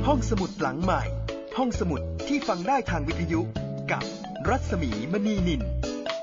ห้องสมุดหลังใหม่ห้องสมุดที่ฟังได้ทางวิทยุกับรัศมีมณีนิน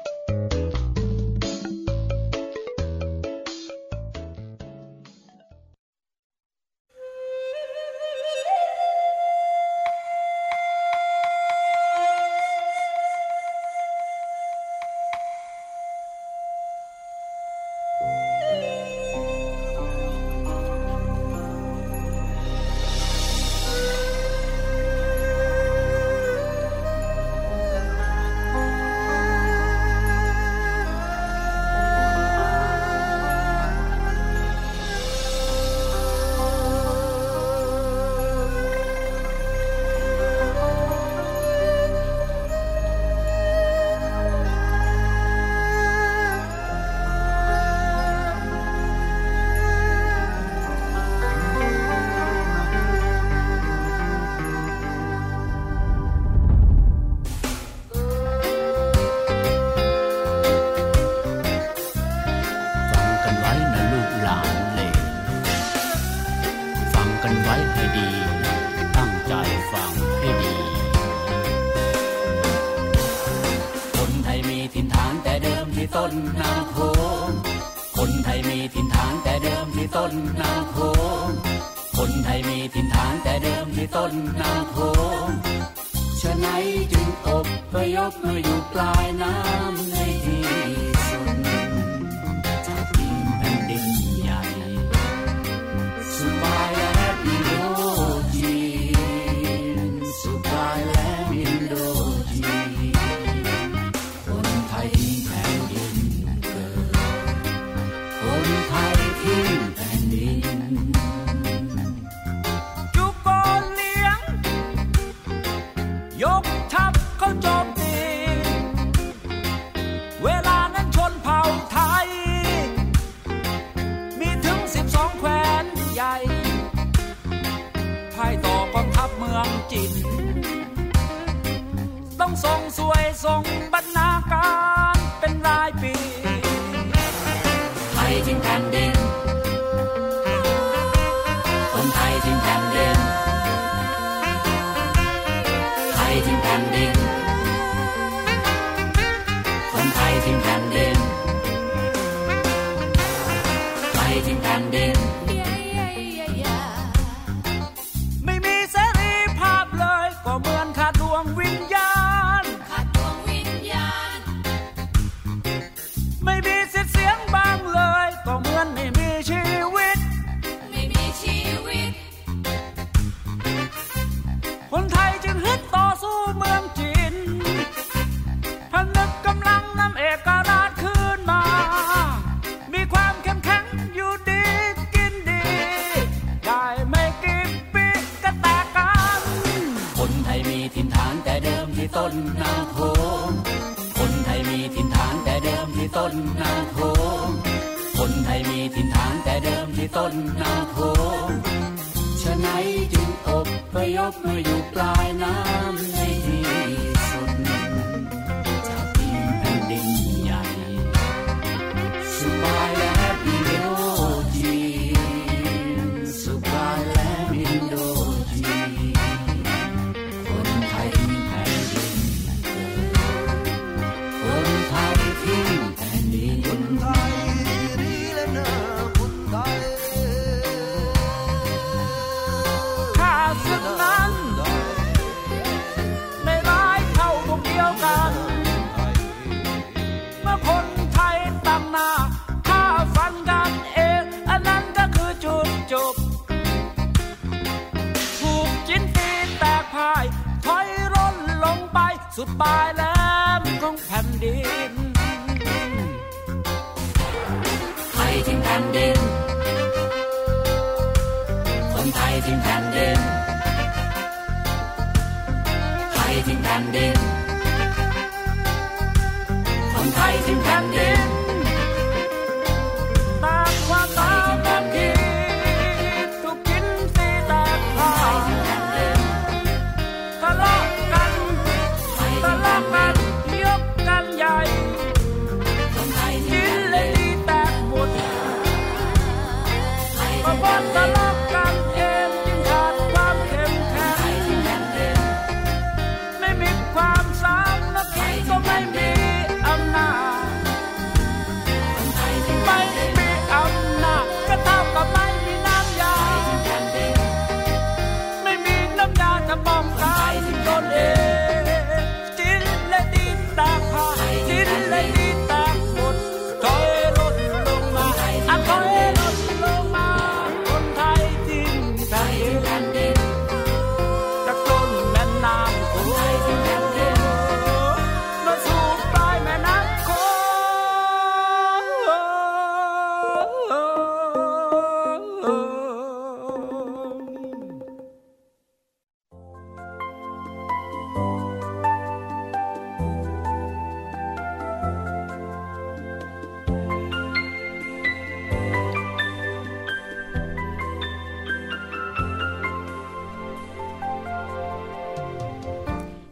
สุดปลายแหลมของแผ่นดินไทยทิ้งแผ่นดินคนไทยทิ้งแผ่นดินไทยทิ้งแผ่นดินคนไทยทิ้งแผ่นดินตากความตายแผ่นดินถูกกินสีแตกพายทะเลาะกันยกกันใหญ่กินเลยดีแตกหมดเพราะว่าทะเลาะกันเองจึงขาดความเข้มแข็ง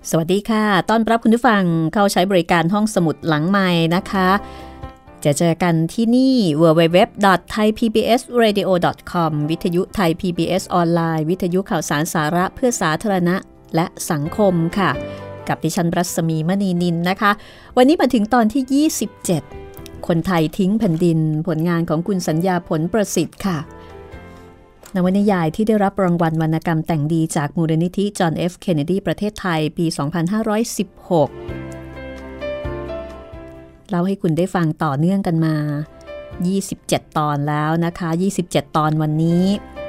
สวัสดีค่ะต้อนรับคุณผู้ฟังเข้าใช้บริการห้องสมุดหลังไมค์นะคะจะเจอกันที่นี่ www.thaipbsradio.com วิทยุไทย PBS ออนไลน์วิทยุข่าวสารสาระเพื่อสาธารณะและสังคมค่ะกับดิฉันรัศมีมณีนินนะคะวันนี้มาถึงตอนที่27คนไทยทิ้งแผ่นดินผลงานของคุณสัญญาผลประสิทธิ์ค่ะนวนิยายที่ได้รับรางวัลวรรณกรรมแต่งดีจากมูลนิธิจอห์น F. เคนเนดีประเทศไทยปี 2516เล่าให้คุณได้ฟังต่อเนื่องกันมา27ตอนแล้วนะคะ27ตอนวันนี้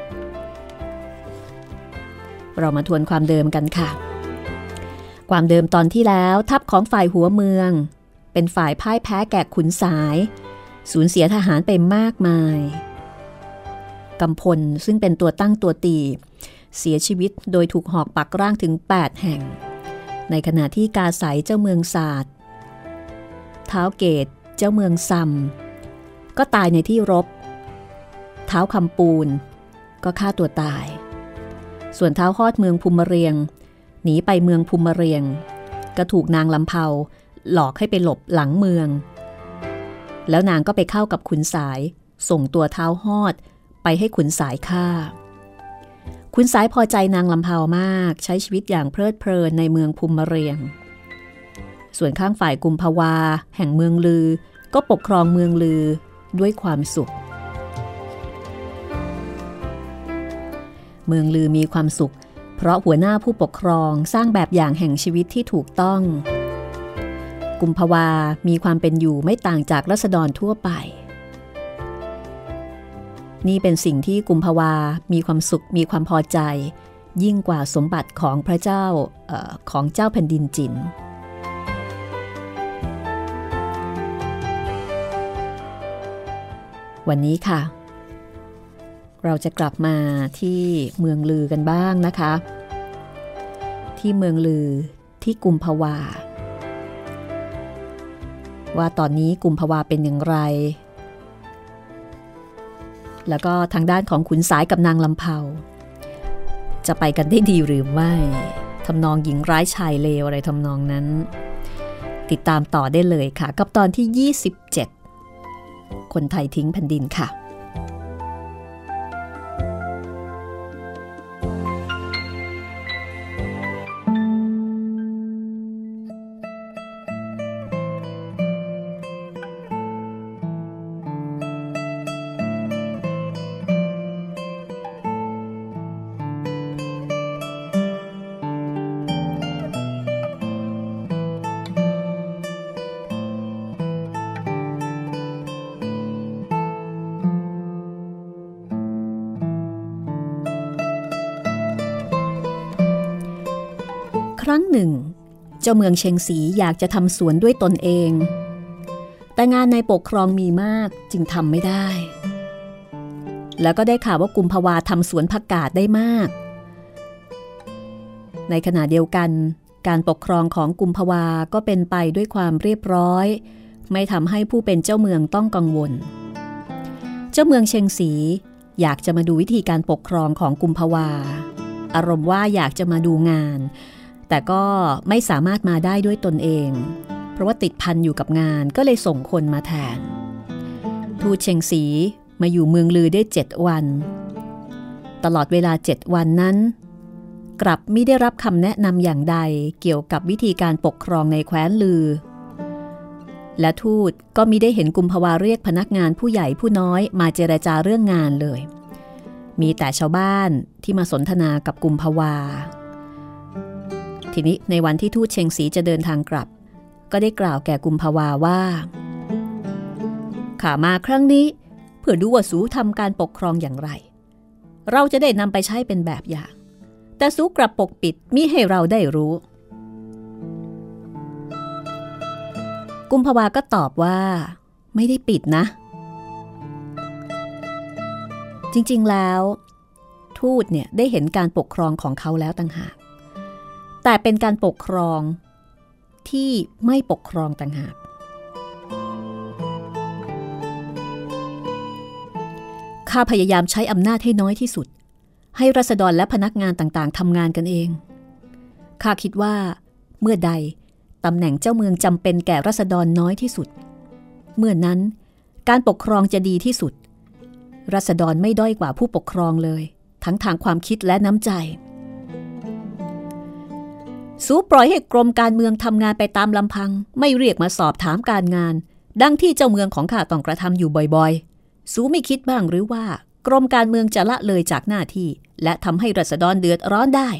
เรามาทวนความเดิมกันค่ะความเดิมตอนที่แล้วทัพของฝ่ายหัวเมืองเป็นฝ่ายพ่ายแพ้แก่ขุนสายสูญเสียทหารไปมากมายกำพลซึ่งเป็นตัวตั้งตัวตีเสียชีวิตโดยถูกหอกปักร่างถึง8แห่งในขณะที่กาไสเจ้าเมืองศาสตร์ท้าวเกตเจ้าเมืองซัมก็ตายในที่รบท้าวคำปูนก็ฆ่าตัวตายส่วนท้าวฮอดเมืองภูมิเรียงหนีไปเมืองภูมิเรียงก็ถูกนางลำเภาหลอกให้ไปหลบหลังเมืองแล้วนางก็ไปเข้ากับขุนสายส่งตัวท้าวฮอดไปให้ขุนสายฆ่าขุนสายพอใจนางลำเภามากใช้ชีวิตอย่างเพลิดเพลินในเมืองภูมิเรียงส่วนข้างฝ่ายกุมภาวาแห่งเมืองลือก็ปกครองเมืองลือด้วยความสุขเมืองลือมีความสุขเพราะหัวหน้าผู้ปกครองสร้างแบบอย่างแห่งชีวิตที่ถูกต้องกุมภาวามีความเป็นอยู่ไม่ต่างจากราษฎรทั่วไปนี่เป็นสิ่งที่กุมภาวามีความสุขมีความพอใจยิ่งกว่าสมบัติของพระเจ้าของเจ้าแผ่นดินจินวันนี้ค่ะเราจะกลับมาที่เมืองลือกันบ้างนะคะที่เมืองลือที่กุมภาวาว่าตอนนี้กุมภาวาเป็นอย่างไรแล้วก็ทางด้านของขุนสายกับนางลำเภาจะไปกันได้ดีหรือไม่ทำนองหญิงร้ายชายเลวอะไรทำนองนั้นติดตามต่อได้เลยค่ะกับตอนที่27คนไทยทิ้งแผ่นดินค่ะครั้งหนึ่งเจ้าเมืองเชียงศรีอยากจะทำสวนด้วยตนเองแต่งานในปกครองมีมากจึงทำไม่ได้แล้วก็ได้ข่าวว่ากุมภาวาทำสวนผักกาดได้มากในขณะเดียวกันการปกครองของกุมภาวาก็เป็นไปด้วยความเรียบร้อยไม่ทำให้ผู้เป็นเจ้าเมืองต้องกังวลเจ้าเมืองเชียงศรีอยากจะมาดูวิธีการปกครองของกุมภาวาอารมณ์ว่าอยากจะมาดูงานแต่ก็ไม่สามารถมาได้ด้วยตนเองเพราะว่าติดพันอยู่กับงานก็เลยส่งคนมาแทนทูตเชียงศรีมาอยู่เมืองลือได้7วันตลอดเวลา7วันนั้นกลับไม่ได้รับคำแนะนำอย่างใดเกี่ยวกับวิธีการปกครองในแคว้นลือและทูตก็มิได้เห็นกุมภาวาเรียกพนักงานผู้ใหญ่ผู้น้อยมาเจรจาเรื่องงานเลยมีแต่ชาวบ้านที่มาสนทนากับกุมภาวาทีนี้ในวันที่ทูตเชียงศรีจะเดินทางกลับก็ได้กล่าวแก่กุมภาวาว่าข้ามาครั้งนี้เพื่อดูว่าสูทำการปกครองอย่างไรเราจะได้นำไปใช้เป็นแบบอย่างแต่สูกลับปกปิดมิให้เราได้รู้กุมภาวาก็ตอบว่าไม่ได้ปิดนะจริงๆแล้วทูตเนี่ยได้เห็นการปกครองของเขาแล้วต่างหากแต่เป็นการปกครองที่ไม่ปกครองต่างหากข้าพยายามใช้อำนาจให้น้อยที่สุดให้ราษฎรและพนักงานต่างๆทำงานกันเองข้าคิดว่าเมื่อใดตำแหน่งเจ้าเมืองจำเป็นแก่ราษฎรน้อยที่สุดเมื่อนั้นการปกครองจะดีที่สุดราษฎรไม่ด้อยกว่าผู้ปกครองเลยทั้งทางความคิดและน้ำใจสูปล่อยให้กรมการเมืองทำงานไปตามลำพังไม่เรียกมาสอบถามการงานดังที่เจ้าเมืองของข้าต้องกระทำอยู่บ่อยๆสูไม่คิดบ้างหรือว่ากรมการเมืองจะละเลยจากหน้าที่และทำให้ราษฎรเดือดร้อนได้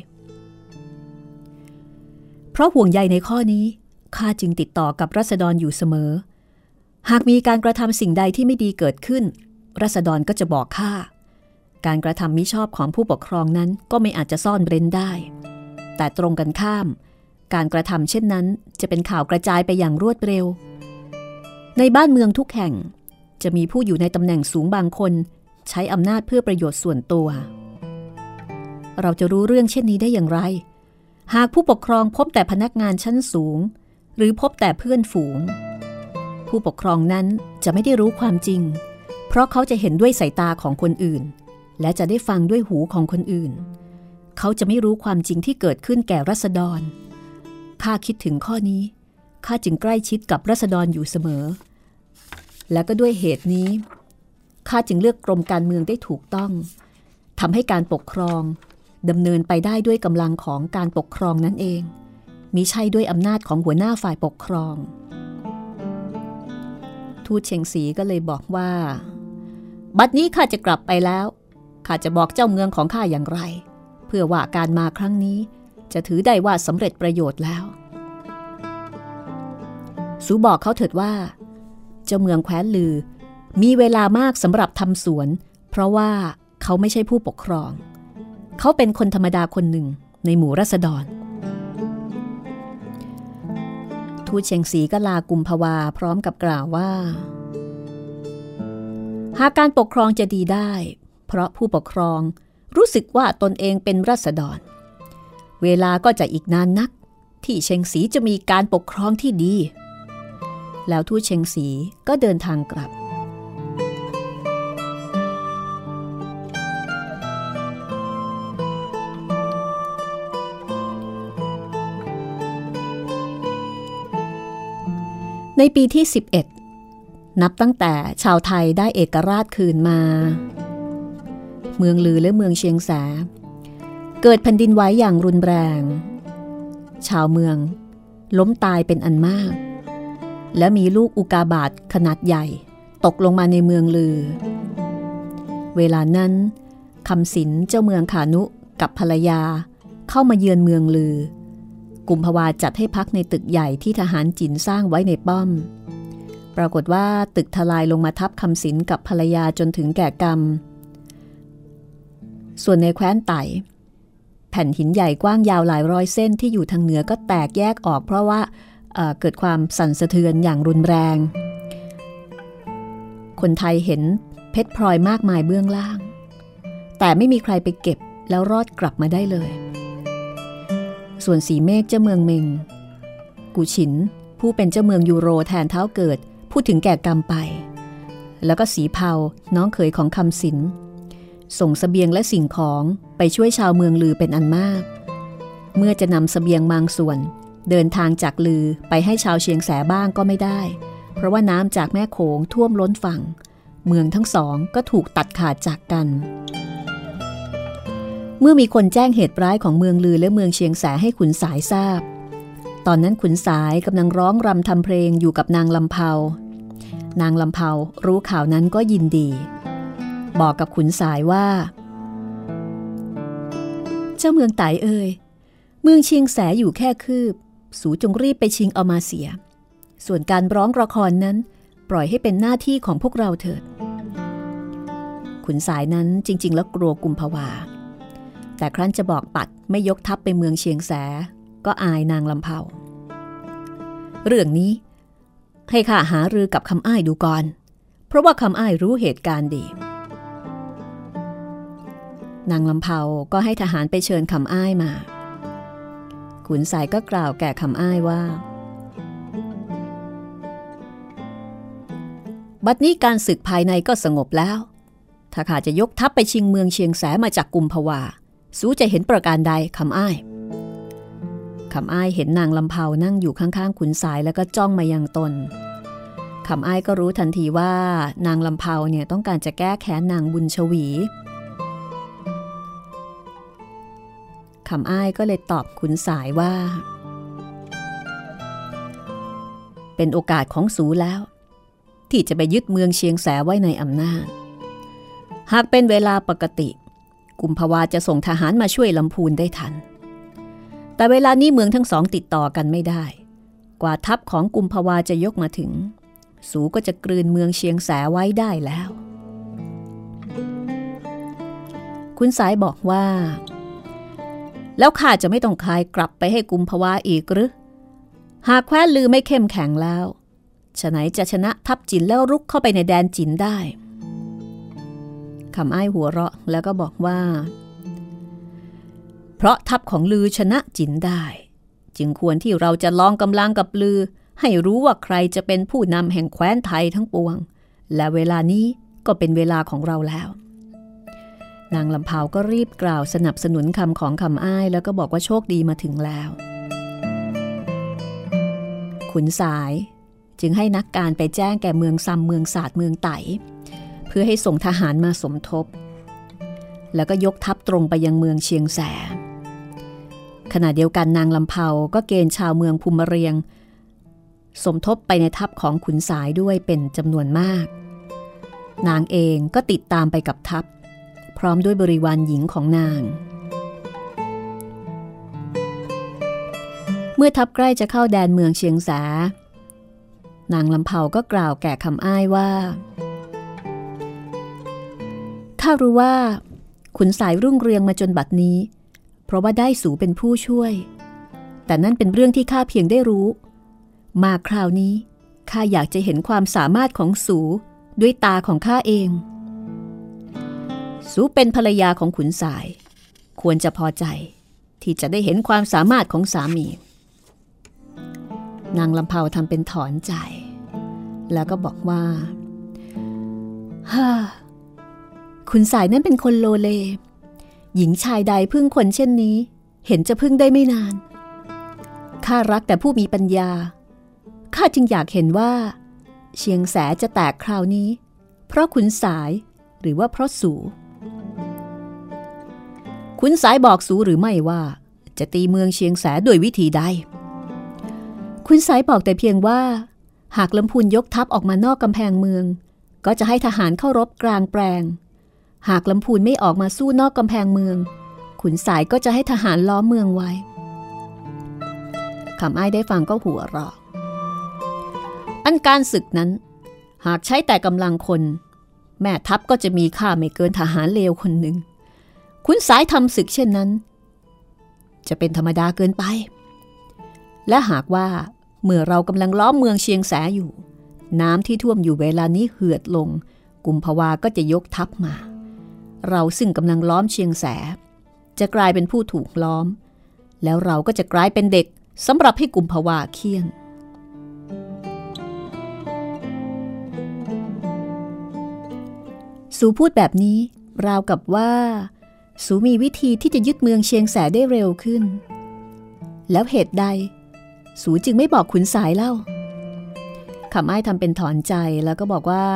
เพราะห่วงใยในข้อนี้ข้าจึงติดต่อกับราษฎรอยู่เสมอหากมีการกระทำสิ่งใดที่ไม่ดีเกิดขึ้นราษฎรก็จะบอกข้าการกระทำมิชอบของผู้ปกครองนั้นก็ไม่อาจจะซ่อนเร้นได้แต่ตรงกันข้ามการกระทำเช่นนั้นจะเป็นข่าวกระจายไปอย่างรวดเร็วในบ้านเมืองทุกแห่งจะมีผู้อยู่ในตำแหน่งสูงบางคนใช้อำนาจเพื่อประโยชน์ส่วนตัวเราจะรู้เรื่องเช่นนี้ได้อย่างไรหากผู้ปกครองพบแต่พนักงานชั้นสูงหรือพบแต่เพื่อนฝูงผู้ปกครองนั้นจะไม่ได้รู้ความจริงเพราะเขาจะเห็นด้วยสายตาของคนอื่นและจะได้ฟังด้วยหูของคนอื่นเขาจะไม่รู้ความจริงที่เกิดขึ้นแก่ราษฎรข้าคิดถึงข้อนี้ข้าจึงใกล้ชิดกับราษฎรอยู่เสมอและก็ด้วยเหตุนี้ข้าจึงเลือกกรมการเมืองได้ถูกต้องทำให้การปกครองดำเนินไปได้ด้วยกำลังของการปกครองนั่นเองมิใช่ด้วยอำนาจของหัวหน้าฝ่ายปกครองทูตเชียงสีก็เลยบอกว่าบัดนี้ข้าจะกลับไปแล้วข้าจะบอกเจ้าเมืองของข้าอย่างไรเพื่อว่าการมาครั้งนี้จะถือได้ว่าสำเร็จประโยชน์แล้วสูบอกเขาเถิดว่าเจ้าเมืองแคว้นลือมีเวลามากสำหรับทำสวนเพราะว่าเขาไม่ใช่ผู้ปกครองเขาเป็นคนธรรมดาคนหนึ่งในหมู่ราษฎรทูตเชียงสีก็ลากุมภาวาพร้อมกับกล่าวว่าหากการปกครองจะดีได้เพราะผู้ปกครองรู้สึกว่าตนเองเป็นราษฎรเวลาก็จะอีกนานนักที่เชียงสีจะมีการปกครองที่ดีแล้วทูตเชียงสีก็เดินทางกลับในปีที่11นับตั้งแต่ชาวไทยได้เอกราชคืนมาเมืองลือและเมืองเชียงแสเกิดแผ่นดินไหวอย่างรุนแรงชาวเมืองล้มตายเป็นอันมากและมีลูกอุกาบาตขนาดใหญ่ตกลงมาในเมืองลือเวลานั้นคำสินเจ้าเมืองขานุกับภรรยาเข้ามาเยือนเมืองลือกุมภาวาจัดให้พักในตึกใหญ่ที่ทหารจีนสร้างไว้ในป้อมปรากฏว่าตึกทลายลงมาทับคำสินกับภรรยาจนถึงแก่กรรมส่วนในแคว้นไต่แผ่นหินใหญ่กว้างยาวหลายร้อยเส้นที่อยู่ทางเหนือก็แตกแยกออกเพราะว่าเกิดความสั่นสะเทือนอย่างรุนแรงคนไทยเห็นเพชรพลอยมากมายเบื้องล่างแต่ไม่มีใครไปเก็บแล้วรอดกลับมาได้เลยส่วนสีเมฆเจ้าเมืองเมงกูฉินผู้เป็นเจ้าเมืองยูโรแทนเท้าเกิดพูดถึงแก่กรรมไปแล้วก็สีเผาน้องเขยของคำสินส่งเสบียงและสิ่งของไปช่วยชาวเมืองลือเป็นอันมากเมื่อจะนำเสบียงบางส่วนเดินทางจากลือไปให้ชาวเชียงแสบ้างก็ไม่ได้เพราะว่าน้ำจากแม่โขงท่วมล้นฝั่งเมืองทั้งสองก็ถูกตัดขาดจากกันเมื่อมีคนแจ้งเหตุร้ายของเมืองลือและเมืองเชียงแสให้ขุนสายทราบตอนนั้นขุนสายกำลังร้องรำทำเพลงอยู่กับนางลำเภานางลำเภารู้ข่าวนั้นก็ยินดีบอกกับขุนสายว่าเจ้าเมืองไต่เอ่ยเมืองเชียงแสอยู่แค่คืบสูจงรีบไปชิงเอามาเสียส่วนการร้องละครนั้นปล่อยให้เป็นหน้าที่ของพวกเราเถิดขุนสายนั้นจริงๆแล้วกลัวกุมภาวาแต่ครั้นจะบอกปัดไม่ยกทัพไปเมืองเชียงแสก็อายนางลำเภาเรื่องนี้ให้ข้าหารือกับคำอ้ายดูก่อนเพราะว่าคำอ้ายรู้เหตุการณ์ดีนางลำเภาก็ให้ทหารไปเชิญคำอ้ายมาขุนสายก็กล่าวแก่คำอ้ายว่าบัดนี้การศึกภายในก็สงบแล้วถ้าข้าจะยกทัพไปชิงเมืองเชียงแสมาจากกุมภาวาสู้จะเห็นประการใดคำอ้ายคำอ้ายเห็นนางลำเภานั่งอยู่ข้างๆขุนสายแล้วก็จ้องมายังตนคำอ้ายก็รู้ทันทีว่านางลำเภาเนี่ยต้องการจะแก้แค้นนางบุญชวีคำอ้ายก็เลยตอบขุนสายว่าเป็นโอกาสของสูแล้วที่จะไปยึดเมืองเชียงแสไว้ในอำนาจหากเป็นเวลาปกติกุมภาวาจะส่งทหารมาช่วยลำพูนได้ทันแต่เวลานี้เมืองทั้งสองติดต่อกันไม่ได้กว่าทัพของกุมภาวาจะยกมาถึงสูก็จะกลืนเมืองเชียงแสไว้ได้แล้วคุณสายบอกว่าแล้วข้าจะไม่ต้องคายกลับไปให้กุมภาวาอีกหรือหากแคว้นลือไม่เข้มแข็งแล้วฉะไหนจะชนะทัพจินแล้วรุกเข้าไปในแดนจินได้คำอ้ายหัวเราะแล้วก็บอกว่าเพราะทัพของลือชนะจินได้จึงควรที่เราจะลองกำลังกับลือให้รู้ว่าใครจะเป็นผู้นำแห่งแคว้นไทยทั้งปวงและเวลานี้ก็เป็นเวลาของเราแล้วนางลำเภาก็รีบกล่าวสนับสนุนคำของคำอ้ายแล้วก็บอกว่าโชคดีมาถึงแล้วขุนสายจึงให้นักการไปแจ้งแก่เมืองซำเมืองศาสตร์เมืองไต่เพื่อให้ส่งทหารมาสมทบแล้วก็ยกทัพตรงไปยังเมืองเชียงแสขณะเดียวกันนางลำเภาก็เกณฑ์ชาวเมืองภูมิเรียงสมทบไปในทัพของขุนสายด้วยเป็นจำนวนมากนางเองก็ติดตามไปกับทัพพร้อมด้วยบริวารหญิงของนางเมื่อทัพใกล้จะเข้าแดนเมืองเชียงแสนางลำเภาก็กล่าวแก่คำอ้ายว่าถ้ารู้ว่าขุนสายรุ่งเรืองมาจนบัดนี้เพราะว่าได้สูเป็นผู้ช่วยแต่นั่นเป็นเรื่องที่ข้าเพียงได้รู้มาคราวนี้ข้าอยากจะเห็นความสามารถของสูด้วยตาของข้าเองสูเป็นภรรยาของขุนสายควรจะพอใจที่จะได้เห็นความสามารถของสามีนางลำเภาทำเป็นถอนใจแล้วก็บอกว่าฮ่าขุนสายนั้นเป็นคนโลเลหญิงชายใดพึ่งคนเช่นนี้เห็นจะพึ่งได้ไม่นานข้ารักแต่ผู้มีปัญญาข้าจึงอยากเห็นว่าเชียงแสจะแตกคราวนี้เพราะขุนสายหรือว่าเพราะสูขุนสายบอกสูหรือไม่ว่าจะตีเมืองเชียงแสด้วยวิธีใดขุนสายบอกแต่เพียงว่าหากลำพูนยกทัพออกมานอกกำแพงเมืองก็จะให้ทหารเข้ารบกลางแปลงหากลำพูนไม่ออกมาสู้นอกกำแพงเมืองขุนสายก็จะให้ทหารล้อมเมืองไว้คำอ้ายได้ฟังก็หัวเราะอันการศึกนั้นหากใช้แต่กำลังคนแม่ทัพก็จะมีค่าไม่เกินทหารเลวคนหนึ่งขุนสายทำศึกเช่นนั้นจะเป็นธรรมดาเกินไปและหากว่าเมื่อเรากำลังล้อมเมืองเชียงแสอยู่น้ำที่ท่วมอยู่เวลานี้เหือดลงกุมภาวาก็จะยกทัพมาเราซึ่งกำลังล้อมเชียงแสจะกลายเป็นผู้ถูกล้อมแล้วเราก็จะกลายเป็นเด็กสำหรับให้กุมภาวาเคี่ยนสูพูดแบบนี้ราวกับว่าสูมีวิธีที่จะยึดเมืองเชียงแสได้เร็วขึ้นแล้วเหตุใดสูจึงไม่บอกขุนสายเล่าคำอ้ายทำเป็นถอนใจแล้วก็บอกว่า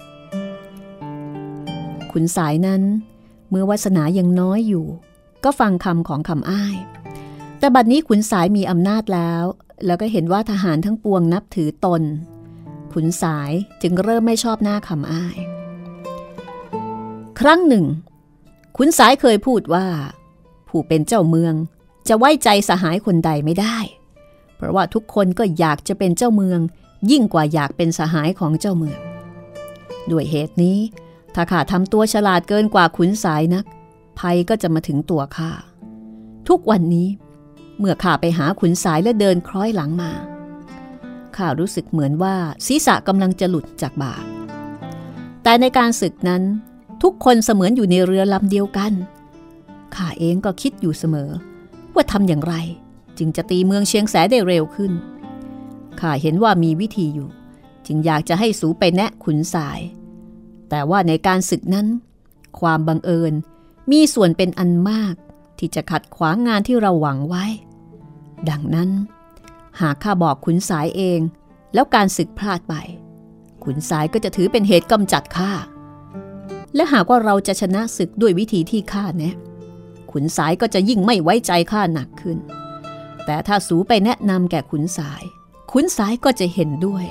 ขุนสายนั้นเมื่อวาสนายังน้อยอยู่ก็ฟังคำของคำอ้ายแต่บัดนี้ขุนสายมีอำนาจแล้วก็เห็นว่าทหารทั้งปวงนับถือตนขุนสายจึงเริ่มไม่ชอบหน้าคำอ้ายครั้งหนึ่งขุนสายเคยพูดว่าผู้เป็นเจ้าเมืองจะไว้ใจสหายคนใดไม่ได้เพราะว่าทุกคนก็อยากจะเป็นเจ้าเมืองยิ่งกว่าอยากเป็นสหายของเจ้าเมืองด้วยเหตุนี้ถ้าข้าทำตัวฉลาดเกินกว่าขุนสายนักภัยก็จะมาถึงตัวข้าทุกวันนี้เมื่อข้าไปหาขุนสายและเดินคล้อยหลังมาข้ารู้สึกเหมือนว่าศีรษะกำลังจะหลุดจากบ่าแต่ในการศึกนั้นทุกคนเสมือนอยู่ในเรือลำเดียวกันข้าเองก็คิดอยู่เสมอว่าทำอย่างไรจึงจะตีเมืองเชียงแสได้เร็วขึ้นข้าเห็นว่ามีวิธีอยู่จึงอยากจะให้สูไปแนะขุนสายแต่ว่าในการศึกนั้นความบังเอิญมีส่วนเป็นอันมากที่จะขัดขวางงานที่เราหวังไว้ดังนั้นหากข้าบอกขุนสายเองแล้วการศึกพลาดไปขุนสายก็จะถือเป็นเหตุกำจัดข้าและหากว่าเราจะชนะศึกด้วยวิธีที่ข้าแนะขุนสายก็จะยิ่งไม่ไว้ใจข้าหนักขึ้นแต่ถ้าสูไปแนะนำแก่ขุนสายก็จะเห็นด้วย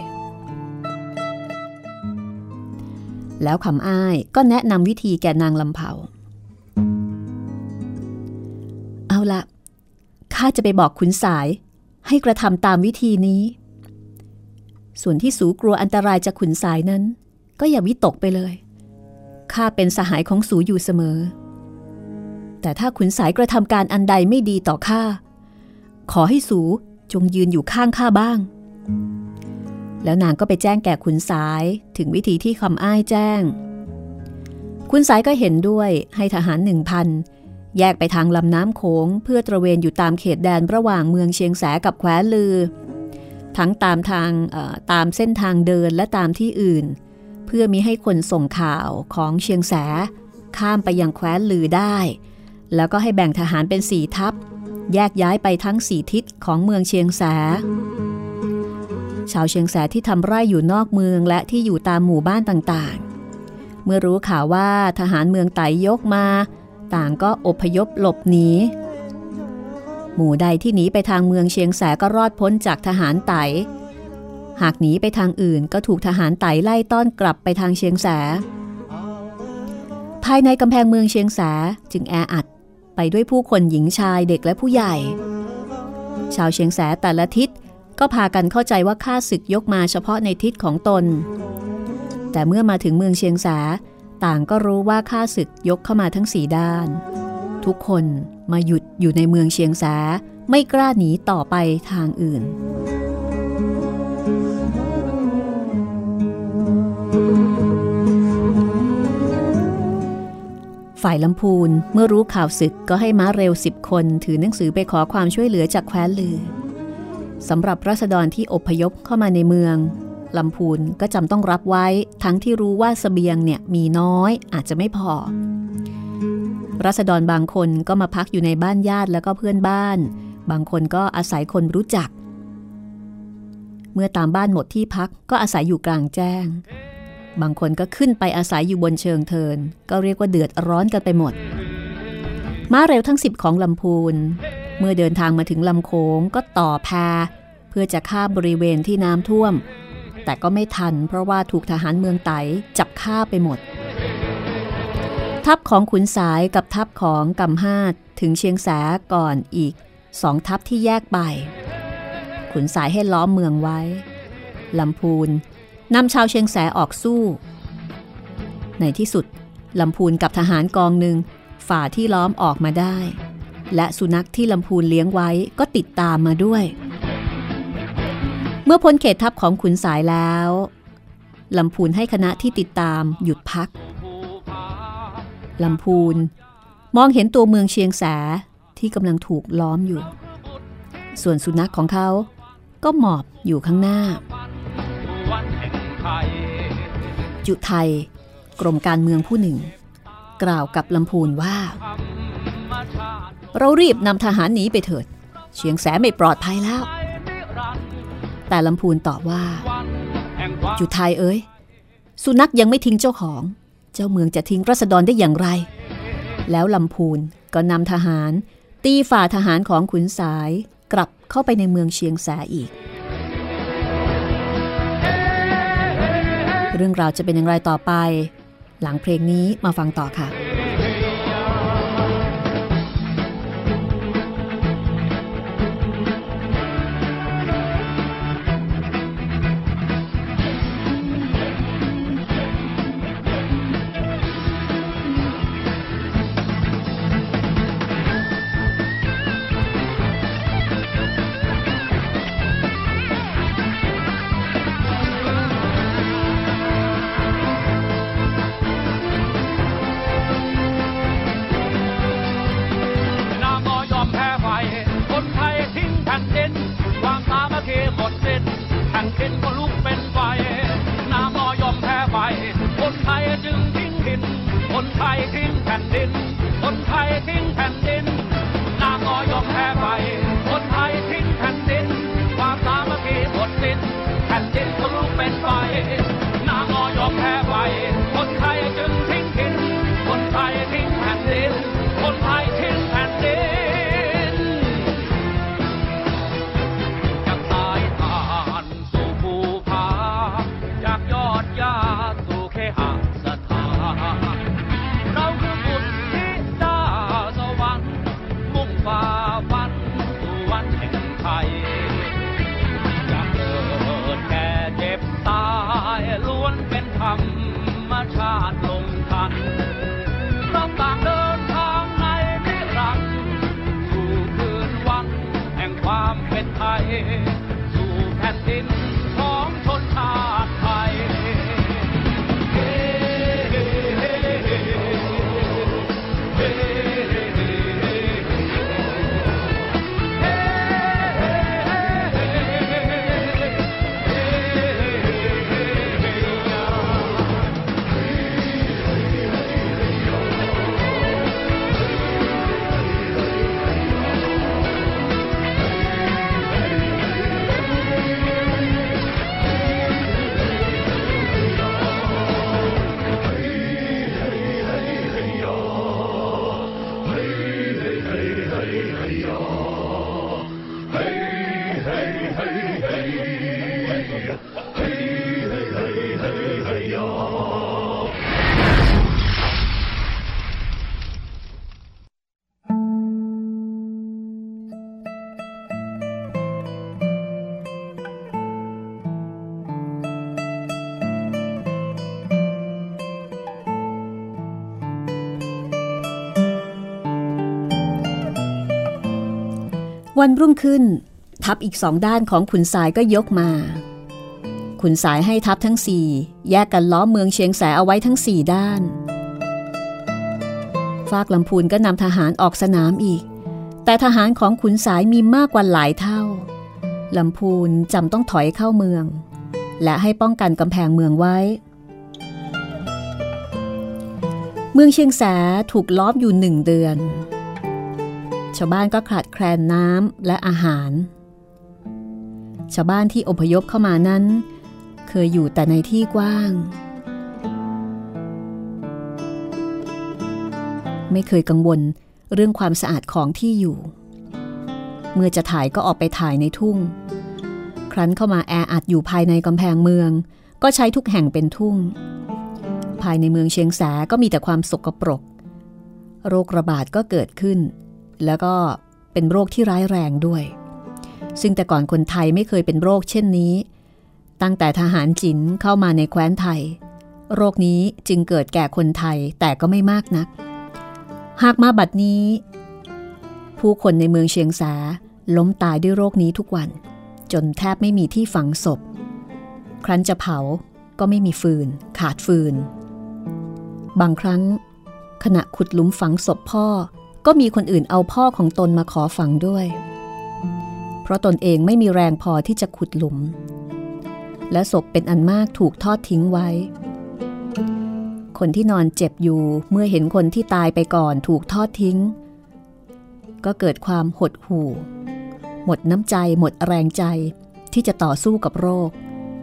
แล้วคำอ้ายก็แนะนำวิธีแก่นางลำเผาเอาละข้าจะไปบอกขุนสายให้กระทำตามวิธีนี้ส่วนที่สูกลัวอันตรายจากขุนสายนั้นก็อย่าวิตกไปเลยข้าเป็นสหายของสูอยู่เสมอแต่ถ้าขุนสายกระทำการอันใดไม่ดีต่อข้าขอให้สูจงยืนอยู่ข้างข้าบ้างแล้วนางก็ไปแจ้งแก่ขุนสายถึงวิธีที่คำอ้ายแจ้งขุนสายก็เห็นด้วยให้ทหาร 1,000 แยกไปทางลำน้ำโขงเพื่อตระเวนอยู่ตามเขตแดนระหว่างเมืองเชียงแสกับแคว้นลือทั้งตามเส้นทางเดินและตามที่อื่นเพื่อมิให้คนส่งข่าวของเชียงแสข้ามไปยังแคว้นลือได้แล้วก็ให้แบ่งทหารเป็น4 ทัพแยกย้ายไปทั้ง4 ทิศของเมืองเชียงแสชาวเชียงแสที่ทำไร่อยู่นอกเมืองและที่อยู่ตามหมู่บ้านต่างๆเมื่อรู้ข่าวว่าทหารเมืองไต่ยกมาต่างก็อพยพหลบหนีหมู่ใดที่หนีไปทางเมืองเชียงแสก็รอดพ้นจากทหารไต่หากหนีไปทางอื่นก็ถูกทหารไต่ไล่ต้อนกลับไปทางเชียงแสภายในกำแพงเมืองเชียงแสจึงแออัดไปด้วยผู้คนหญิงชายเด็กและผู้ใหญ่ชาวเชียงแสแต่ละทิศก็พากันเข้าใจว่าข้าศึกยกมาเฉพาะในทิศของตนแต่เมื่อมาถึงเมืองเชียงแสต่างก็รู้ว่าข้าศึกยกเข้ามาทั้ง4 ด้านทุกคนมาหยุดอยู่ในเมืองเชียงแสไม่กล้าหนีต่อไปทางอื่นฝ่ายลำพูนเมื่อรู้ข่าวศึกก็ให้ม้าเร็ว10 คนถือหนังสือไปขอความช่วยเหลือจากแคว้นลือสำหรับราษฎรที่อพยพเข้ามาในเมืองลำพูนก็จำต้องรับไว้ทั้งที่รู้ว่าเสบียงเนี่ยมีน้อยอาจจะไม่พอราษฎรบางคนก็มาพักอยู่ในบ้านญาติแล้วก็เพื่อนบ้านบางคนก็อาศัยคนรู้จักเมื่อตามบ้านหมดที่พักก็อาศัยอยู่กลางแจ้งบางคนก็ขึ้นไปอาศัยอยู่บนเชิงเทินก็เรียกว่าเดือดร้อนกันไปหมดม้าเร็วทั้ง10ของลำพูนเมื่อเดินทางมาถึงลำโขงก็ต่อแพเพื่อจะข้ามบริเวณที่น้ำท่วมแต่ก็ไม่ทันเพราะว่าถูกทหารเมืองไต่จับฆ่าไปหมดทัพของขุนสายกับทัพของกำฮาดถึงเชียงแสก่อนอีก2 ทัพที่แยกไปขุนสายให้ล้อมเมืองไว้ลำพูนนำชาวเชียงแสออกสู้ในที่สุดลำพูนกับทหารกองหนึ่งฝ่าที่ล้อมออกมาได้และสุนัขที่ลำพูนเลี้ยงไว้ก็ติดตามมาด้วยเมื่อพ้นเขตทัพของขุนสายแล้วลำพูนให้คณะที่ติดตามหยุดพักลำพูนมองเห็นตัวเมืองเชียงแสที่กำลังถูกล้อมอยู่ส่วนสุนัขของเขาก็หมอบอยู่ข้างหน้าจุไทยกรมการเมืองผู้หนึ่งกล่าวกับลำพูนว่าเรารีบนำทหารหนีไปเถิดเชียงแสไม่ปลอดภัยแล้วแต่ลำพูนตอบว่าจุไทยเอ้ยสุนัขยังไม่ทิ้งเจ้าของเจ้าเมืองจะทิ้งราษฎรได้อย่างไรแล้วลำพูนก็นำทหารตีฝ่าทหารของขุนสายกลับเข้าไปในเมืองเชียงแสอีกเรื่องราวจะเป็นอย่างไรต่อไปหลังเพลงนี้มาฟังต่อค่ะคนไทยทิ้งแผ่นดินนางก็ยอมแพ้ไปคนไทยทิ้งวันรุ่งขึ้นทัพอีกสองด้านของขุนสายก็ยกมาขุนสายให้ทัพทั้งสี่แยกกันล้อมเมืองเชียงแสเอาไว้ทั้งสี่ด้านฝากลำพูนก็นำทหารออกสนามอีกแต่ทหารของขุนสายมีมากกว่าหลายเท่าลำพูนจำต้องถอยเข้าเมืองและให้ป้องกันกำแพงเมืองไว้เมืองเชียงแสถูกล้อมอยู่1 เดือนชาวบ้านก็ขาดแคลนน้ำและอาหารชาวบ้านที่อพยพเข้ามานั้นเคยอยู่แต่ในที่กว้างไม่เคยกังวลเรื่องความสะอาดของที่อยู่เมื่อจะถ่ายก็ออกไปถ่ายในทุ่งครั้นเข้ามาแออัดอยู่ภายในกำแพงเมืองก็ใช้ทุกแห่งเป็นทุ่งภายในเมืองเชียงแสก็มีแต่ความสกปรกโรคระบาดก็เกิดขึ้นแล้วก็เป็นโรคที่ร้ายแรงด้วยซึ่งแต่ก่อนคนไทยไม่เคยเป็นโรคเช่นนี้ตั้งแต่ทหารจีนเข้ามาในแคว้นไทยโรคนี้จึงเกิดแก่คนไทยแต่ก็ไม่มากนักหากมาบัดนี้ผู้คนในเมืองเชียงแสล้มตายด้วยโรคนี้ทุกวันจนแทบไม่มีที่ฝังศพครั้นจะเผาก็ไม่มีฟืนขาดฟืนบางครั้งขณะขุดหลุมฝังศพพ่อก็มีคนอื่นเอาพ่อของตนมาขอฝังด้วยเพราะตนเองไม่มีแรงพอที่จะขุดหลุมและศพเป็นอันมากถูกทอดทิ้งไว้คนที่นอนเจ็บอยู่เมื่อเห็นคนที่ตายไปก่อนถูกทอดทิ้งก็เกิดความหดหู่หมดน้ำใจหมดแรงใจที่จะต่อสู้กับโรค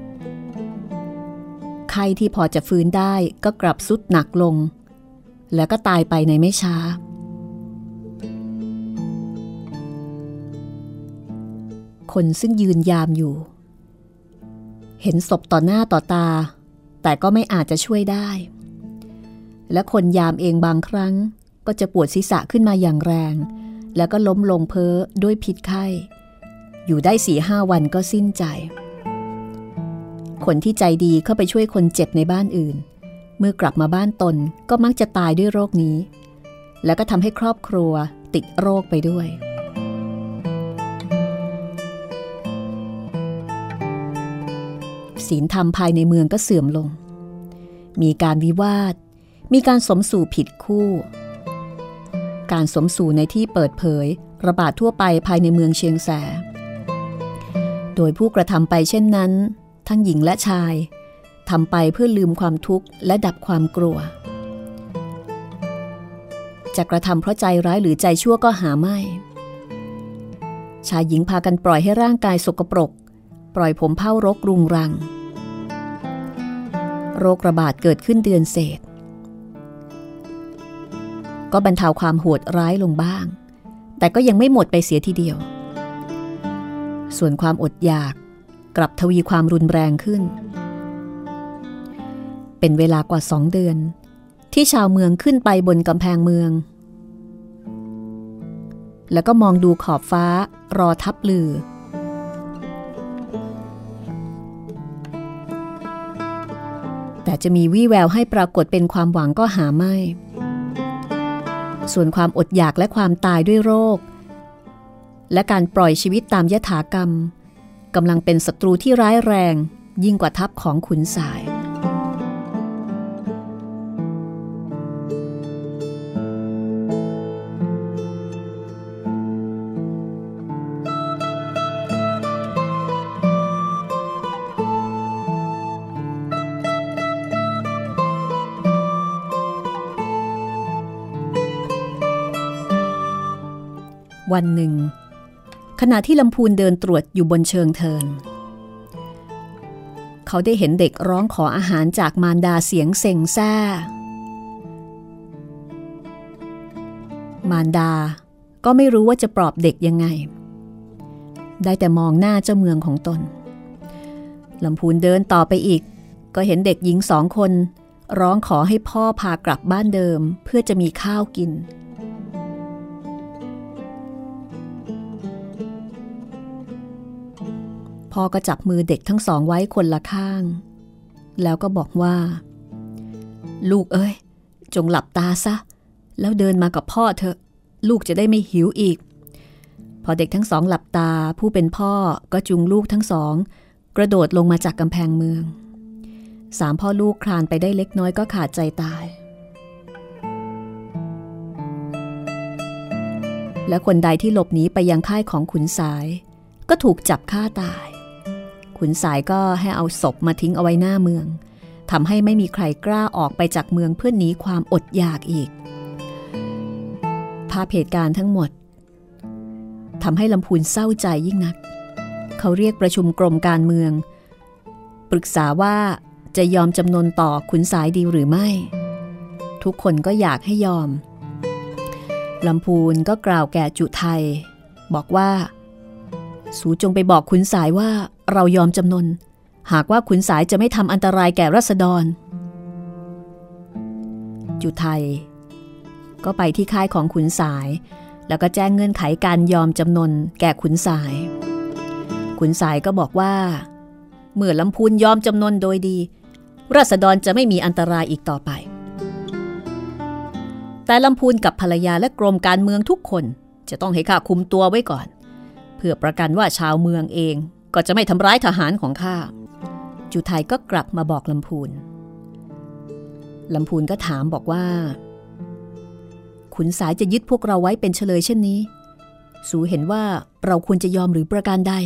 ไข้ที่พอจะฟื้นได้ก็กลับทรุดหนักลงแล้วก็ตายไปในไม่ช้าคนซึ่งยืนยามอยู่เห็นศพต่อหน้าต่อตาแต่ก็ไม่อาจจะช่วยได้และคนยามเองบางครั้งก็จะปวดศีรษะขึ้นมาอย่างแรงแล้วก็ล้มลงเพ้อด้วยพิษไข้อยู่ได้ 4-5 วันก็สิ้นใจคนที่ใจดีเข้าไปช่วยคนเจ็บในบ้านอื่นเมื่อกลับมาบ้านตนก็มักจะตายด้วยโรคนี้แล้วก็ทำให้ครอบครัวติดโรคไปด้วยศีลธรรมภายในเมืองก็เสื่อมลงมีการวิวาทมีการสมสู่ผิดคู่การสมสู่ในที่เปิดเผยระบาดทั่วไปภายในเมืองเชียงแสโดยผู้กระทำไปเช่นนั้นทั้งหญิงและชายทำไปเพื่อลืมความทุกข์และดับความกลัวจะกระทำเพราะใจร้ายหรือใจชั่วก็หาไม่ชายหญิงพากันปล่อยให้ร่างกายสกปรกปล่อยผมเผ้ารกรุงรังโรคระบาดเกิดขึ้นเดือนเศษก็บรรเทาความโหดร้ายลงบ้างแต่ก็ยังไม่หมดไปเสียทีเดียวส่วนความอดอยากกลับทวีความรุนแรงขึ้นเป็นเวลากว่า2 เดือนที่ชาวเมืองขึ้นไปบนกำแพงเมืองแล้วก็มองดูขอบฟ้ารอทัพลือแต่จะมีวี่แววให้ปรากฏเป็นความหวังก็หาไม่ส่วนความอดอยากและความตายด้วยโรคและการปล่อยชีวิตตามยถากรรมกำลังเป็นศัตรูที่ร้ายแรงยิ่งกว่าทัพของขุนสายวันหนึ่งขณะที่ลำพูนเดินตรวจอยู่บนเชิงเทินเขาได้เห็นเด็กร้องขออาหารจากมารดาเสียงเซ็งแซ่มารดาก็ไม่รู้ว่าจะปลอบเด็กยังไงได้แต่มองหน้าเจ้าเมืองของตนลำพูนเดินต่อไปอีกก็เห็นเด็กหญิง2 คนร้องขอให้พ่อพากลับบ้านเดิมเพื่อจะมีข้าวกินพ่อก็จับมือเด็กทั้ง2ไว้คนละข้างแล้วก็บอกว่าลูกเอ้ยจงหลับตาซะแล้วเดินมากับพ่อเถอะลูกจะได้ไม่หิวอีกพอเด็กทั้ง2หลับตาผู้เป็นพ่อก็จูงลูกทั้ง2กระโดดลงมาจากกำแพงเมือง3 พ่อลูกคลานไปได้เล็กน้อยก็ขาดใจตายและคนใดที่หลบหนีไปยังค่ายของขุนสายก็ถูกจับฆ่าตายขุนสายก็ให้เอาศพมาทิ้งเอาไว้หน้าเมืองทำให้ไม่มีใครกล้าออกไปจากเมืองเพื่อหนีความอดอยากอีกภาพเหตุการณ์ทั้งหมดทำให้ลำพูนเศร้าใจยิ่งนักเขาเรียกประชุมกรมการเมืองปรึกษาว่าจะยอมจำนนต่อขุนสายดีหรือไม่ทุกคนก็อยากให้ยอมลำพูนก็กล่าวแก่จุไทยบอกว่าสูจงไปบอกขุนสายว่าเรายอมจำนนหากว่าขุนสายจะไม่ทำอันตรายแก่ราษฎรจุไทยก็ไปที่ค่ายของขุนสายแล้วก็แจ้งเงื่อนไขการยอมจำนนแก่ขุนสายขุนสายก็บอกว่าเมื่อลำพูนยอมจำนนโดยดีราษฎรจะไม่มีอันตรายอีกต่อไปแต่ลำพูนกับภรรยาและกรมการเมืองทุกคนจะต้องให้ข้าคุมตัวไว้ก่อนเพื่อประกันว่าชาวเมืองเองก็จะไม่ทำร้ายทหารของข้าจุไทยก็กลับมาบอกลำพูนก็ถามบอกว่าขุนสายจะยึดพวกเราไว้เป็นเฉลยเช่นนี้สูเห็นว่าเราควรจะยอมหรือประการใด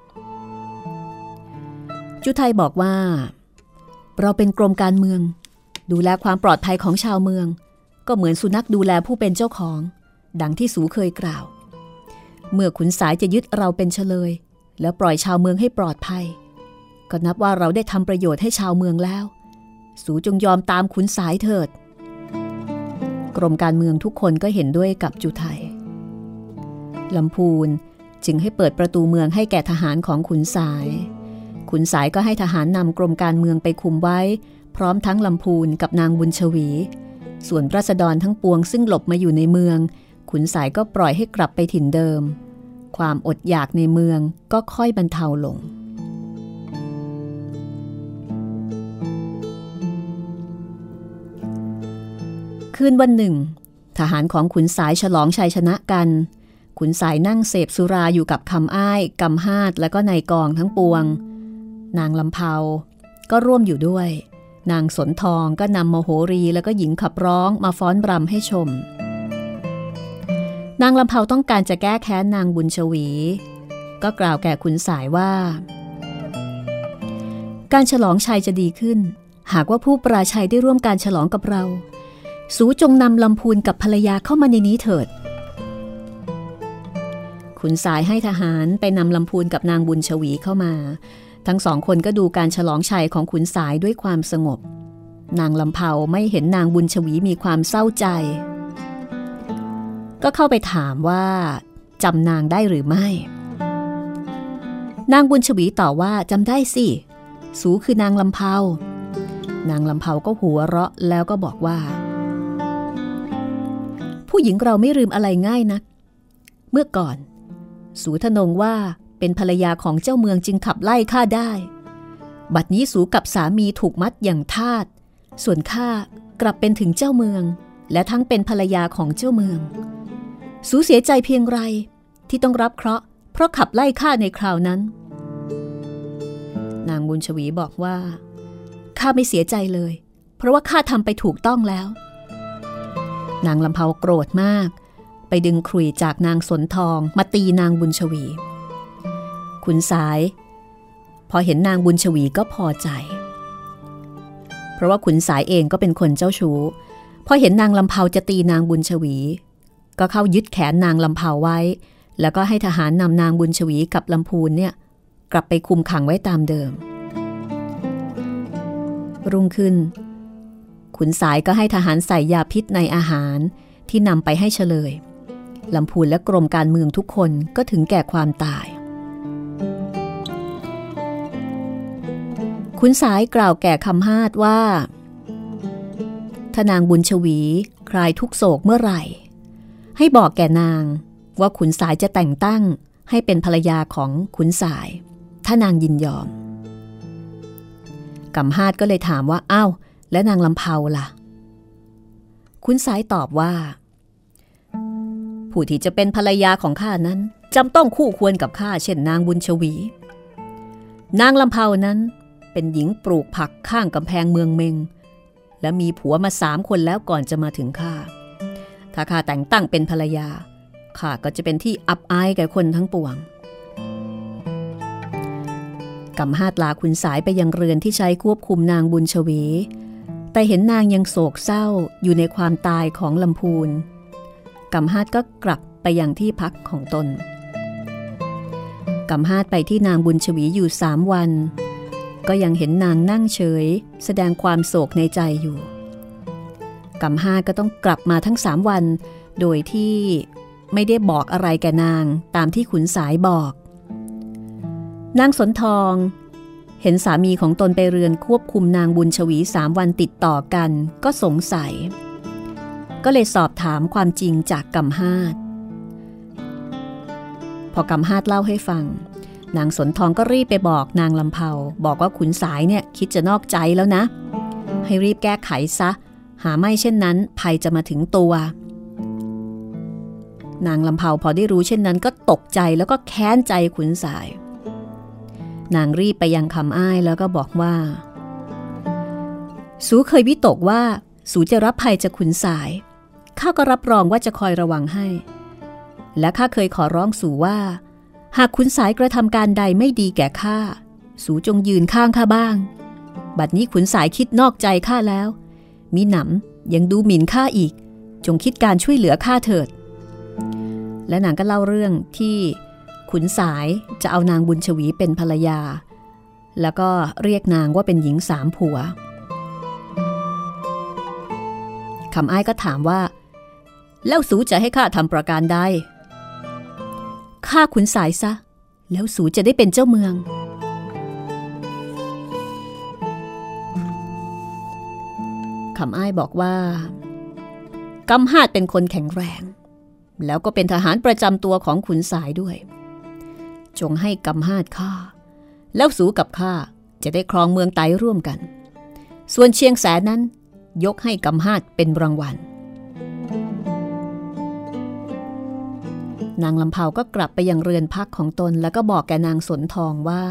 จุไทยบอกว่าเราเป็นกรมการเมืองดูแลความปลอดภัยของชาวเมืองก็เหมือนสุนัขดูแลผู้เป็นเจ้าของดังที่สูเคยกล่าวเมื่อขุนสายจะยึดเราเป็นเฉลยแล้วปล่อยชาวเมืองให้ปลอดภัยก็นับว่าเราได้ทำประโยชน์ให้ชาวเมืองแล้วสูจงยอมตามขุนสายเถิดกรมการเมืองทุกคนก็เห็นด้วยกับจุไทยลำพูนจึงให้เปิดประตูเมืองให้แก่ทหารของขุนสายก็ให้ทหารนำกรมการเมืองไปคุมไว้พร้อมทั้งลำพูนกับนางบุญชวีส่วนราษฎรทั้งปวงซึ่งหลบมาอยู่ในเมืองขุนสายก็ปล่อยให้กลับไปถิ่นเดิมความอดอยากในเมืองก็ค่อยบรรเทาลงคืนวันหนึ่งทหารของขุนสายฉลองชัยชนะกันขุนสายนั่งเสพสุราอยู่กับคำอ้ายกำฮาดและก็นายกองทั้งปวงนางลำเภาก็ร่วมอยู่ด้วยนางสนทองก็นำมโหรีแล้วก็หญิงขับร้องมาฟ้อนรำให้ชมนางลำเภาต้องการจะแก้แค้นนางบุญชวีก็กล่าวแก่ขุนสายว่าการฉลองชัยจะดีขึ้นหากว่าผู้ปราชัยได้ร่วมการฉลองกับเราสูจงนำลำพูนกับภรรยาเข้ามาในนี้เถิดขุนสายให้ทหารไปนำลำพูนกับนางบุญชวีเข้ามาทั้ง2 คนก็ดูการฉลองชัยของขุนสายด้วยความสงบนางลำเภาไม่เห็นนางบุญชวีมีความเศร้าใจก็เข้าไปถามว่าจำนางได้หรือไม่นางบุญชวีตอบว่าจำได้สิสูคือนางลำเภานางลำเภาก็หัวเราะแล้วก็บอกว่าผู้หญิงเราไม่ลืมอะไรง่ายนักเมื่อก่อนสูทนงว่าเป็นภรรยาของเจ้าเมืองจึงขับไล่ข้าได้บัดนี้สูกับสามีถูกมัดอย่างทาสส่วนข้ากลับเป็นถึงเจ้าเมืองและทั้งเป็นภรรยาของเจ้าเมืองสูเสียใจเพียงไรที่ต้องรับเคราะห์เพราะขับไล่ข้าในคราวนั้นนางบุญชวีบอกว่าข้าไม่เสียใจเลยเพราะว่าข้าทำไปถูกต้องแล้วนางลำเภาโกรธมากไปดึงขลุ่ยจากนางสนทองมาตีนางบุญชวีขุนสายพอเห็นนางบุญชวีก็พอใจเพราะว่าขุนสายเองก็เป็นคนเจ้าชู้พอเห็นนางลำเภาจะตีนางบุญชวีก็เข้ายึดแขนนางลำเภาไว้แล้วก็ให้ทหารนำนางบุญชวีกับลำพูนเนี่ยกลับไปคุมขังไว้ตามเดิมรุ่งขึ้นขุนสายก็ให้ทหารใส่ยาพิษในอาหารที่นำไปให้เฉลยลำพูนและกรมการเมืองทุกคนก็ถึงแก่ความตายขุนสายกล่าวแก่คำฮาดว่าถ้านางบุญชวีคลายทุกโศกเมื่อไหร่ให้บอกแก่นางว่าขุนสายจะแต่งตั้งให้เป็นภรรยาของขุนสายถ้านางยินยอมกำฮาดก็เลยถามว่าอ้าวและนางลำเภาล่ะขุนสายตอบว่าผู้ที่จะเป็นภรรยาของข้านั้นจำต้องคู่ควรกับข้าเช่นนางบุญชวีนางลำเภานั้นเป็นหญิงปลูกผักข้างกำแพงเมืองเมงและมีผัวมา3 คนแล้วก่อนจะมาถึงข้าถ้าข้าแต่งตั้งเป็นภรรยาข้าก็จะเป็นที่อับอายแก่คนทั้งปวงกำฮาดลาขุนสายไปยังเรือนที่ใช้ควบคุมนางบุญชวีแต่เห็นนางยังโศกเศร้าอยู่ในความตายของลำพูนกำฮาดก็กลับไปยังที่พักของตนกำฮาดไปที่นางบุญชวีอยู่3 วันก็ยังเห็นนางนั่งเฉยแสดงความโศกในใจอยู่กำฮาดก็ต้องกลับมาทั้ง3 วันโดยที่ไม่ได้บอกอะไรแก่นางตามที่ขุนสายบอกนางสนทองเห็นสามีของตนไปเรือนควบคุมนางบุญชวี3 วันติดต่อกันก็สงสัยก็เลยสอบถามความจริงจากกำฮาดพอกำฮาดเล่าให้ฟังนางสนทองก็รีบไปบอกนางลำเภาบอกว่าขุนสายเนี่ยคิดจะนอกใจแล้วนะให้รีบแก้ไขซะหาไม่เช่นนั้นภัยจะมาถึงตัวนางลำเภาพอได้รู้เช่นนั้นก็ตกใจแล้วก็แค้นใจขุนสายนางรีบไปยังคำอ้ายแล้วก็บอกว่าสูเคยวิตกว่าสูจะรับภัยจากขุนสายข้าก็รับรองว่าจะคอยระวังให้และข้าเคยขอร้องสูว่าหากขุนสายกระทำการใดไม่ดีแก่ข้าสูจงยืนข้างข้าบ้างบัดนี้ขุนสายคิดนอกใจข้าแล้วมิหนำยังดูหมิ่นข้าอีกจงคิดการช่วยเหลือข้าเถิดและนางก็เล่าเรื่องที่ขุนสายจะเอานางบุญชวีเป็นภรรยาแล้วก็เรียกนางว่าเป็นหญิง3 ผัวคำอ้ายก็ถามว่าแล้วสูจะให้ข้าทำประการใดฆ่าขุนสายซะแล้วสูจะได้เป็นเจ้าเมืองคำอ้ายบอกว่ากำฮาดเป็นคนแข็งแรงแล้วก็เป็นทหารประจำตัวของขุนสายด้วยจงให้กำฮาดฆ่าแล้วสูกับข้าจะได้ครองเมืองไตร่วมกันส่วนเชียงแสนนั้นยกให้กำฮาดเป็นรางวัลนางลำเภาก็กลับไปยังเรือนพักของตนแล้วก็บอกแกนางสนทองว่า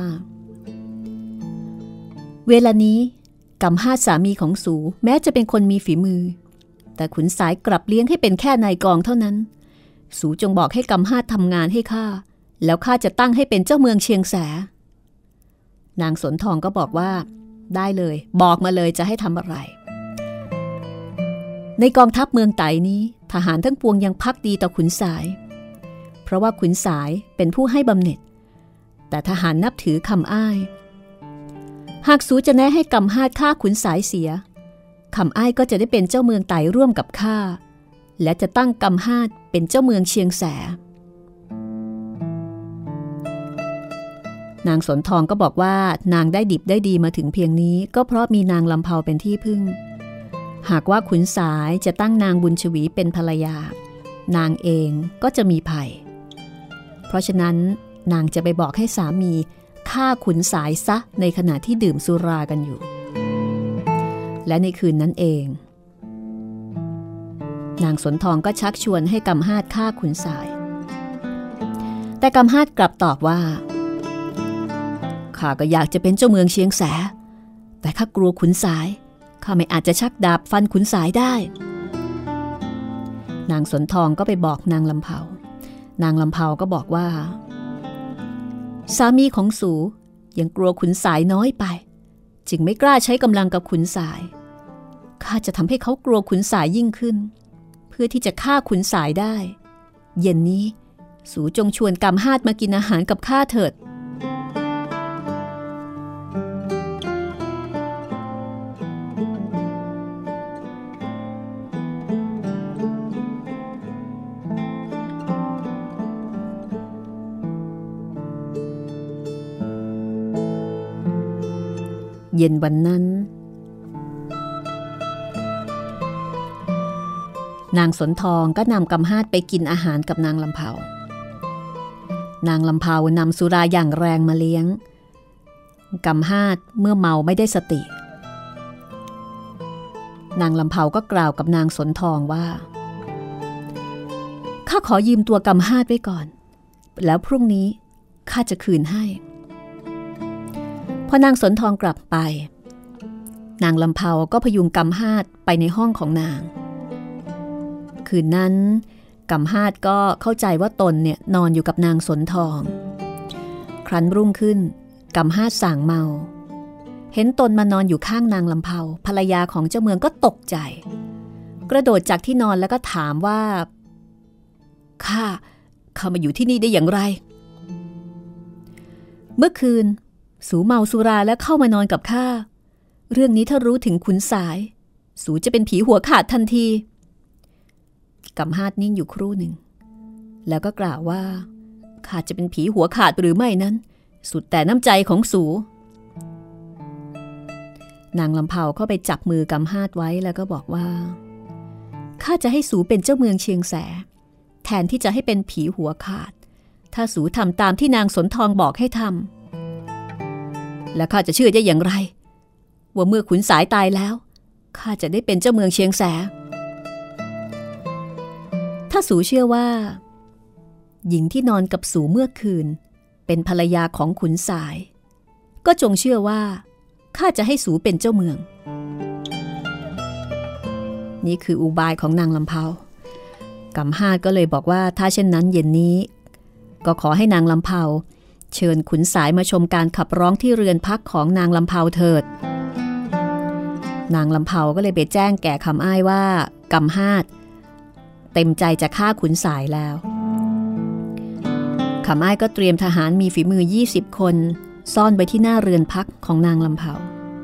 เวลานี้กำฮาดสามีของสูแม้จะเป็นคนมีฝีมือแต่ขุนสายกลับเลี้ยงให้เป็นแค่นายกองเท่านั้นสูจงบอกให้กำฮาดทำงานให้ข้าแล้วข้าจะตั้งให้เป็นเจ้าเมืองเชียงแสนางสนทองก็บอกว่าได้เลยบอกมาเลยจะให้ทำอะไรในกองทัพเมืองไตนี้ทหารทั้งปวงยังภักดีต่อขุนสายเพราะว่าขุนสายเป็นผู้ให้บำเหน็จแต่ทหารนับถือคำอ้ายหากสูจะแนะให้กำฮาดฆ่าขุนสายเสียคำอ้ายก็จะได้เป็นเจ้าเมืองไตร่วมกับข้าและจะตั้งกำฮาดเป็นเจ้าเมืองเชียงแสนางสนทองก็บอกว่านางได้ดิบได้ดีมาถึงเพียงนี้ก็เพราะมีนางลำเภาเป็นที่พึ่งหากว่าขุนสายจะตั้งนางบุญชวีเป็นภรรยานางเองก็จะมีภัยเพราะฉะนั้นนางจะไปบอกให้สามีฆ่าขุนสายซะในขณะที่ดื่มสุรากันอยู่และในคืนนั้นเองนางสนทองก็ชักชวนให้กำฮาดฆ่าขุนสายแต่กำฮาดกลับตอบว่าข้าก็อยากจะเป็นเจ้าเมืองเชียงแสแต่ข้ากลัวขุนสายข้าไม่อาจจะชักดาบฟันขุนสายได้นางสนทองก็ไปบอกนางลำเภานางลำเภาก็บอกว่าสามีของสูยังกลัวขุนสายน้อยไปจึงไม่กล้าใช้กำลังกับขุนสายข้าจะทำให้เขากลัวขุนสายยิ่งขึ้นเพื่อที่จะฆ่าขุนสายได้เย็นนี้สูจงชวนกำฮาดมากินอาหารกับข้าเถิดเย็นวันนั้นนางสนทองก็นำกำฮาดไปกินอาหารกับนางลำเภานางลำเภานำสุราอย่างแรงมาเลี้ยงกำฮาดเมื่อเมาไม่ได้สตินางลำเภาก็กล่าวกับนางสนทองว่าข้าขอยืมตัวกำฮาดไว้ก่อนแล้วพรุ่งนี้ข้าจะคืนให้พอนางสนทองกลับไปนางลำเภาก็พยุงกำฮาดไปในห้องของนางคืนนั้นกำฮาดก็เข้าใจว่าตนเนี่ยนอนอยู่กับนางสนทองครั้นรุ่งขึ้นกำฮาดส่างเมาเห็นตนมานอนอยู่ข้างนางลำเภาภรรยาของเจ้าเมืองก็ตกใจกระโดดจากที่นอนแล้วก็ถามว่าข้ามาอยู่ที่นี่ได้อย่างไรเมื่อคืนสูเมาสุราแล้วเข้ามานอนกับข้าเรื่องนี้ถ้ารู้ถึงขุนสายสูจะเป็นผีหัวขาดทันทีกำฮาดนิ่งอยู่ครู่หนึ่งแล้วก็กล่าวว่าข้าจะเป็นผีหัวขาดหรือไม่นั้นสุดแต่น้ำใจของสูนางลำเภาเข้าไปจับมือกำฮาดไว้แล้วก็บอกว่าข้าจะให้สูเป็นเจ้าเมืองเชียงแสแทนที่จะให้เป็นผีหัวขาดถ้าสูทำตามที่นางสนทองบอกให้ทำและข้าจะเชื่อได้อย่างไรว่าเมื่อขุนสายตายแล้วข้าจะได้เป็นเจ้าเมืองเชียงแสถ้าสูเชื่อว่าหญิงที่นอนกับสูเมื่อคืนเป็นภรรยาของขุนสายก็จงเชื่อว่าข้าจะให้สูเป็นเจ้าเมืองนี่คืออุบายของนางลำเภากำฮาดก็เลยบอกว่าถ้าเช่นนั้นเย็นนี้ก็ขอให้นางลำเภาเชิญขุนสายมาชมการขับร้องที่เรือนพักของนางลำเภาเถิดนางลำเภาก็เลยไปแจ้งแก่คำอ้ายว่ากำฮาดเต็มใจจะฆ่าขุนสายแล้วคำอ้ายก็เตรียมทหารมีฝีมือ20 คนซ่อนไว้ที่หน้าเรือนพักของนางลำเภา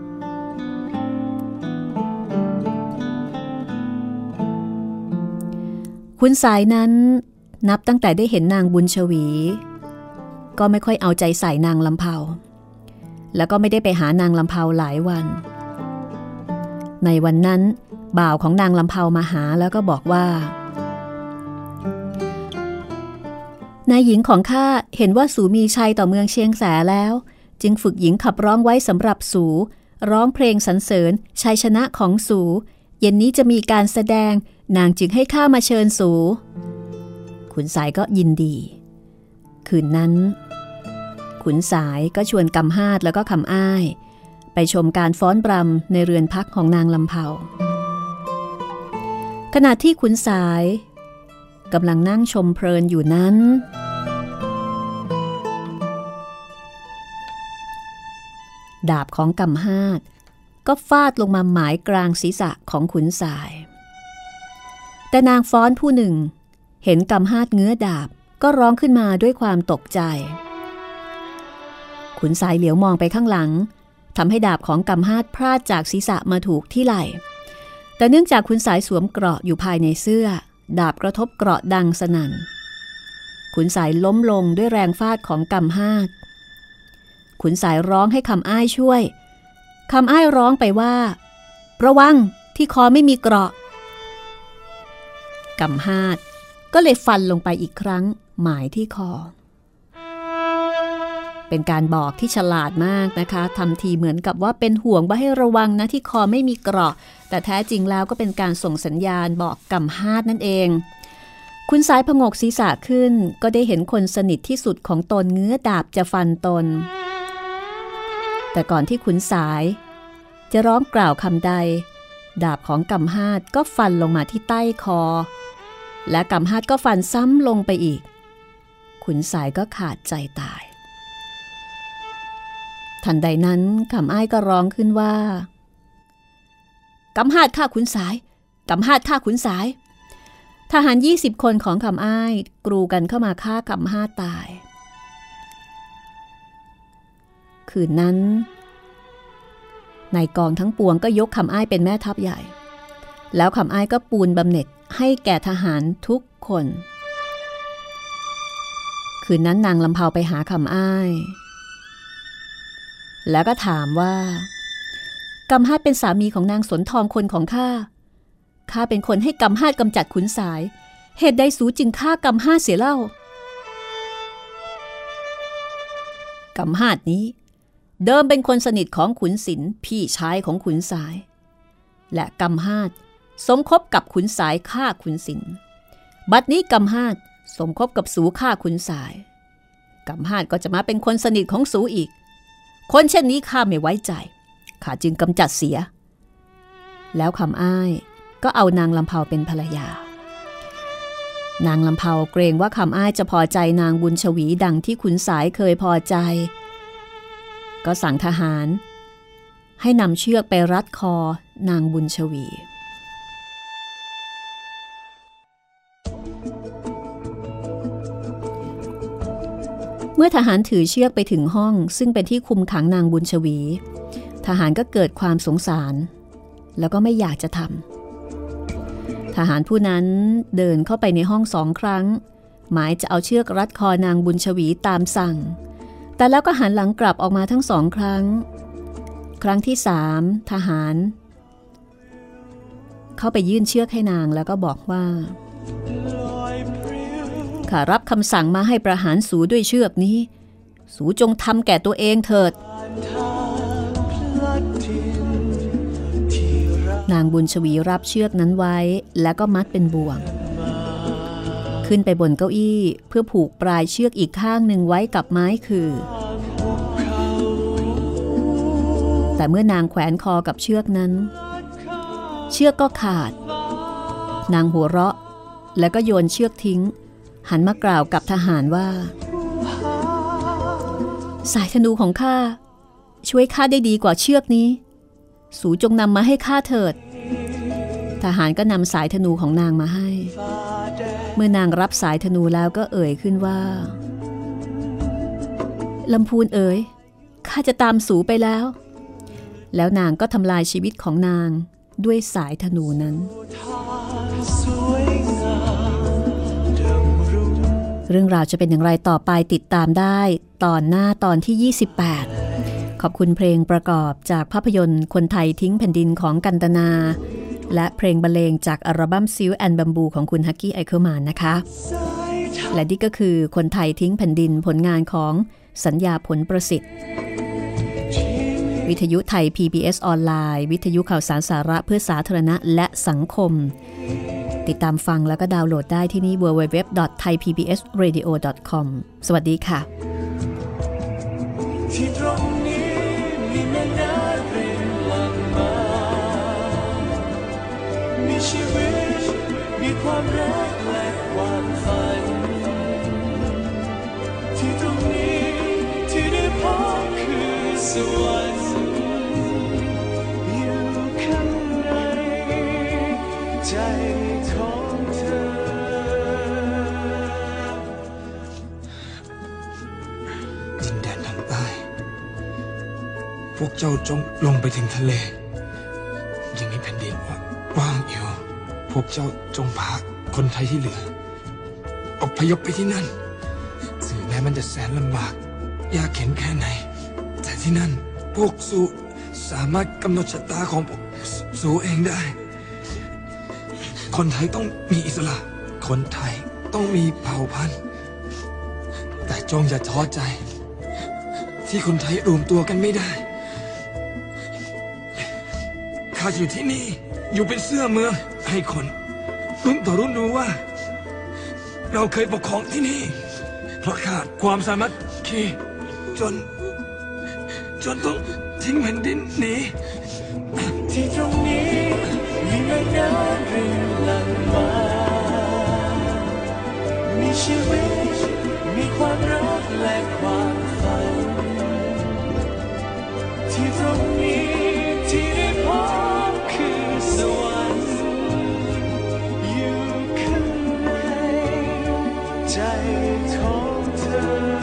ขุนสายนั้นนับตั้งแต่ได้เห็นนางบุญชวีก็ไม่ค่อยเอาใจใส่นางลำเภาแล้วก็ไม่ได้ไปหานางลำเภาหลายวันในวันนั้นบ่าวของนางลำเภามาหาแล้วก็บอกว่านายหญิงของข้าเห็นว่าสูมีชัยต่อเมืองเชียงแสแล้วจึงฝึกหญิงขับร้องไว้สำหรับสูร้องเพลงสรรเสริญชัยชนะของสูเย็นนี้จะมีการแสดงนางจึงให้ข้ามาเชิญสูขุนสายก็ยินดีคืนนั้นขุนสายก็ชวนกำฮาดแล้วก็คำอ้ายไปชมการฟ้อนรำในเรือนพักของนางลำเภาขณะที่ขุนสายกำลังนั่งชมเพลินอยู่นั้นดาบของกำฮาดก็ฟาดลงมาหมายกลางศีรษะของขุนสายแต่นางฟ้อนผู้หนึ่งเห็นกำฮาดเงื้อดาบก็ร้องขึ้นมาด้วยความตกใจขุนสายเหลียวมองไปข้างหลังทำให้ดาบของกำฮาดพลาดจากศีรษะมาถูกที่ไหล่แต่เนื่องจากขุนสายสวมเกราะอยู่ภายในเสื้อดาบกระทบเกราะดังสนั่นขุนสายล้มลงด้วยแรงฟาดของกำฮาดขุนสายร้องให้คำอ้ายช่วยคำอ้ายร้องไปว่าระวังที่คอไม่มีเกราะกำฮาดก็เลยฟันลงไปอีกครั้งหมายที่คอเป็นการบอกที่ฉลาดมากนะคะทำทีเหมือนกับว่าเป็นห่วงว่าให้ระวังนะที่คอไม่มีเกราะแต่แท้จริงแล้วก็เป็นการส่งสัญญาณบอกกำฮาดนั่นเองขุนสายผงกศีรษะขึ้นก็ได้เห็นคนสนิทที่สุดของตนเงื้อดาบจะฟันตนแต่ก่อนที่ขุนสายจะร้องกล่าวคำใดดาบของกำฮาดก็ฟันลงมาที่ใต้คอและกำฮาดก็ฟันซ้ำลงไปอีกขุนสายก็ขาดใจตายทันใดนั้นกำอ้ายก็ร้องขึ้นว่ากำฮาดฆ่าขุนสายกำฮาดฆ่าขุนสายทหาร20 คนของกำอ้ายกรูกันเข้ามาฆ่ากำฮาดตายคืนนั้นนายกองทั้งปวงก็ยกคำอ้ายเป็นแม่ทัพใหญ่แล้วคำอ้ายก็ปูนบำเหน็จให้แก่ทหารทุกคนคืนนั้นนางลำเภาไปหาคำอ้ายแล้วก็ถามว่ากำฮาดเป็นสามีของนางสนทองคนของข้าเป็นคนให้กำฮาดกำจัดขุนสายเหตุใดสูจึงฆ่ากำฮาดเสียเล่ากำฮาดนี้เดิมเป็นคนสนิทของขุนศิลป์พี่ชายของขุนสายและกำฮาดสมคบกับขุนสายฆ่าขุนศิลป์บัดนี้กำฮาดสมคบกับสูฆ่าขุนสายกำฮาดก็จะมาเป็นคนสนิทของสูอีกคนเช่นนี้ข้าไม่ไว้ใจข้าจึงกำจัดเสียแล้วคำอ้ายก็เอานางลำเภาเป็นภรรยานางลำเภาเกรงว่าคำอ้ายจะพอใจนางบุญชวีดังที่ขุนสายเคยพอใจก็สั่งทหารให้นำเชือกไปรัดคอนางบุญชวีเมื่อทหารถือเชือกไปถึงห้องซึ่งเป็นที่คุมขังนางบุญชวีทหารก็เกิดความสงสารแล้วก็ไม่อยากจะทำทหารผู้นั้นเดินเข้าไปในห้อง2 ครั้งหมายจะเอาเชือกรัดคอนางบุญชวีตามสั่งแต่แล้วก็หันหลังกลับออกมาทั้ง2 ครั้งครั้งที่3ทหารเข้าไปยื่นเชือกให้นางแล้วก็บอกว่าข้ารับคำสั่งมาให้ประหารสูด้วยเชือกนี้สูจงทำแก่ตัวเองเถิดนางบุญชวีรับเชือกนั้นไว้แล้วก็มัดเป็นบ่วงขึ้นไปบนเก้าอี้เพื่อผูกปลายเชือกอีกข้างหนึ่งไว้กับไม้คือแต่เมื่อนางแขวนคอกับเชือกนั้นเชือกก็ขาดนางหัวเราะแล้วก็โยนเชือกทิ้งหันมากล่าวกับทหารว่าสายธนูของข้าช่วยข้าได้ดีกว่าเชือกนี้สูจงนำมาให้ข้าเถิดทหารก็นำสายธนูของนางมาให้เมื่อนางรับสายธนูแล้วก็เอ่ยขึ้นว่าลำพูนเอ๋ยข้าจะตามสูไปแล้วนางก็ทำลายชีวิตของนางด้วยสายธนูนั้นเรื่องราวจะเป็นอย่างไรต่อไปติดตามได้ตอนหน้าตอนที่28ขอบคุณเพลงประกอบจากภาพยนตร์คนไทยทิ้งแผ่นดินของกันตนาและเพลงบรรเลงจากอัลบั้มซิลแอนด์บัมบูของคุณฮักกี้ไอเคิลแมนนะคะและนี่ก็คือคนไทยทิ้งแผ่นดินผลงานของสัญญาผลประสิทธิ์วิทยุไทย PBS ออนไลน์วิทยุข่าวสารสาระเพื่อสาธารณะและสังคมติดตามฟังแล้วก็ดาวน์โหลดได้ที่นี่ www.thaipbsradio.com สวัสดีค่ะที่ตรงนี้มีแม่น้ำรินหลั่งมามีชีวิตมีความรักและความฝันที่ตรงนี้ที่ได้พบคือสวรรค์อยู่ข้างในใจของเธอดินแดนทางใต้พวกเจ้าจงลงไปถึงทะเลยังมีแผ่นดินว่างอยู่พวกเจ้าจงพาคนไทยที่เหลืออพยพไปที่นั่นถึงแม้มันจะแสนลำบากยากเข็นแค่ไหนแต่ที่นั่นพวกสูสามารถกำหนดชะตาของพวกสูเองได้คนไทยต้องมีอิสระคนไทยต้องมีเผ่าพันธุ์แต่จงอย่าท้อใจที่คนไทยรวมตัวกันไม่ได้ข้าอยู่ที่นี่อยู่เป็นเสื้อเมืองให้คนรุ่นต่อรุ่นรู้ว่าเราเคยปกครองที่นี่เพราะขาดความสามัคคีจนต้องทิ้งแผ่นดินหนีที่ตรงนี้มีแม่น้ำรินหลั่งมามีชีวิตมีความรักและความฝันที่ตรงนี้ที่ได้พบคือสวรรค์อยู่ข้างในใจของเธอ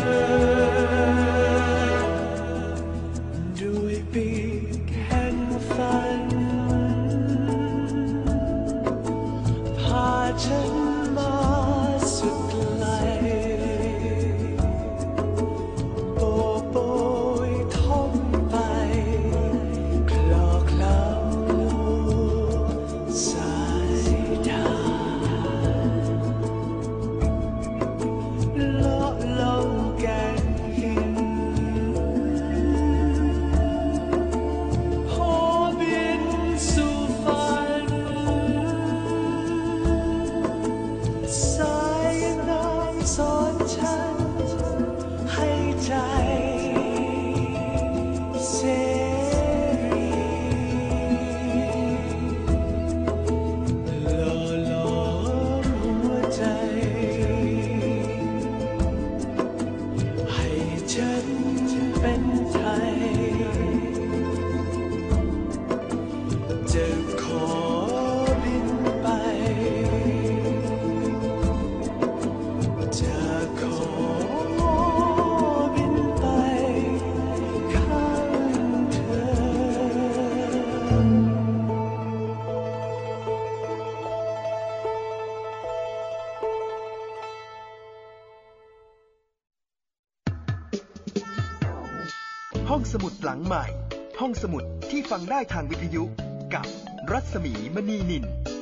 ด้วยปีกแห่งฝันพาฉันมาสุดไกลโบยท่องไปคลอเคล้นให้ใจเสรีหล่อหลอมหัวใจให้ฉันเป็นไทยจะขอบินไปจะขอบินไปข้างเธอห้องสมุดหลังใหม่ห้องสมุดที่ฟังได้ทางวิทยุกับรัศมีมณีนิน